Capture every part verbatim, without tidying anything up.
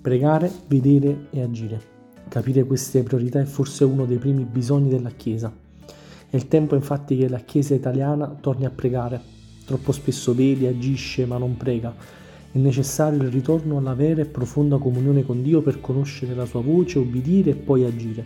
Pregare, vedere e agire. Capire queste priorità è forse uno dei primi bisogni della Chiesa. È il tempo infatti che la Chiesa italiana torni a pregare. Troppo spesso vede, agisce, ma non prega. È necessario il ritorno alla vera e profonda comunione con Dio per conoscere la sua voce, obbedire e poi agire.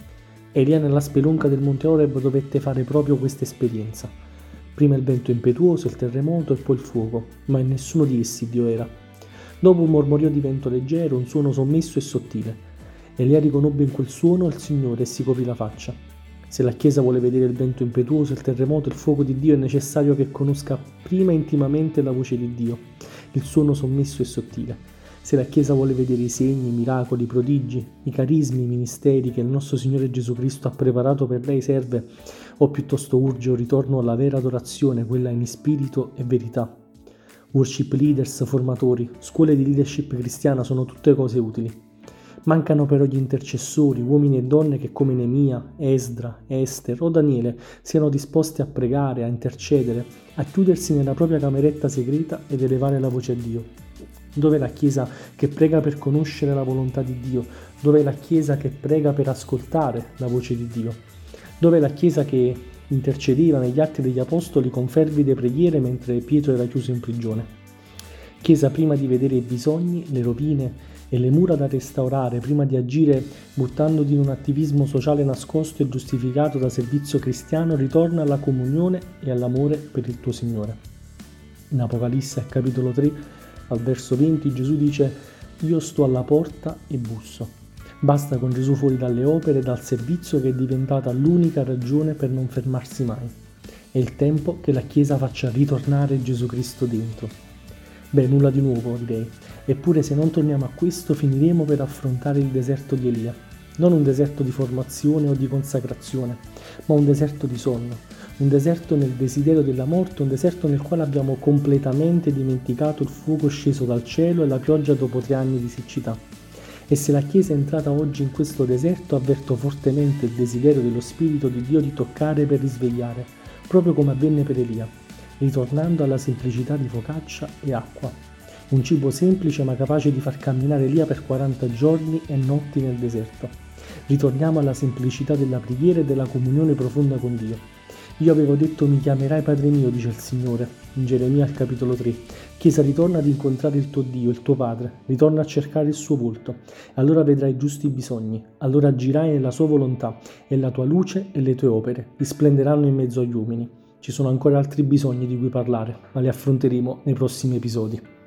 Elia nella spelonca del Monte Oreb dovette fare proprio questa esperienza. Prima il vento impetuoso, il terremoto e poi il fuoco, ma in nessuno di essi Dio era. Dopo un mormorio di vento leggero, un suono sommesso e sottile. Elia riconobbe in quel suono il Signore e si coprì la faccia. Se la Chiesa vuole vedere il vento impetuoso, il terremoto, il fuoco di Dio, è necessario che conosca prima intimamente la voce di Dio, il suono sommesso e sottile. Se la Chiesa vuole vedere i segni, i miracoli, i prodigi, i carismi, i ministeri che il nostro Signore Gesù Cristo ha preparato per lei, serve, o piuttosto urge un ritorno alla vera adorazione, quella in spirito e verità. Worship leaders, formatori, scuole di leadership cristiana sono tutte cose utili. Mancano però gli intercessori, uomini e donne che come Neemia, Esdra, Ester o Daniele siano disposti a pregare, a intercedere, a chiudersi nella propria cameretta segreta ed elevare la voce a Dio. Dov'è la Chiesa che prega per conoscere la volontà di Dio? Dov'è la Chiesa che prega per ascoltare la voce di Dio? Dov'è la Chiesa che intercedeva negli Atti degli Apostoli con fervide preghiere mentre Pietro era chiuso in prigione? Chiesa, prima di vedere i bisogni, le rovine e le mura da restaurare, prima di agire buttandoti in un attivismo sociale nascosto e giustificato da servizio cristiano, ritorna alla comunione e all'amore per il tuo Signore. In Apocalisse, capitolo tre, al verso venti, Gesù dice: «Io sto alla porta e busso». Basta con Gesù fuori dalle opere e dal servizio, che è diventata l'unica ragione per non fermarsi mai. È il tempo che la Chiesa faccia ritornare Gesù Cristo dentro. Beh, nulla di nuovo, direi. Eppure se non torniamo a questo, finiremo per affrontare il deserto di Elia. Non un deserto di formazione o di consacrazione, ma un deserto di sonno. Un deserto nel desiderio della morte, un deserto nel quale abbiamo completamente dimenticato il fuoco sceso dal cielo e la pioggia dopo tre anni di siccità. E se la Chiesa è entrata oggi in questo deserto, avverto fortemente il desiderio dello Spirito di Dio di toccare per risvegliare, proprio come avvenne per Elia, ritornando alla semplicità di focaccia e acqua. Un cibo semplice ma capace di far camminare Elia per quaranta giorni e notti nel deserto. Ritorniamo alla semplicità della preghiera e della comunione profonda con Dio. Io avevo detto: mi chiamerai Padre mio, dice il Signore, in Geremia al capitolo tre. Chiesa, ritorna ad incontrare il tuo Dio, il tuo Padre, ritorna a cercare il suo volto. Allora vedrai i giusti bisogni, allora agirai nella sua volontà e la tua luce e le tue opere risplenderanno in mezzo agli uomini. Ci sono ancora altri bisogni di cui parlare, ma li affronteremo nei prossimi episodi.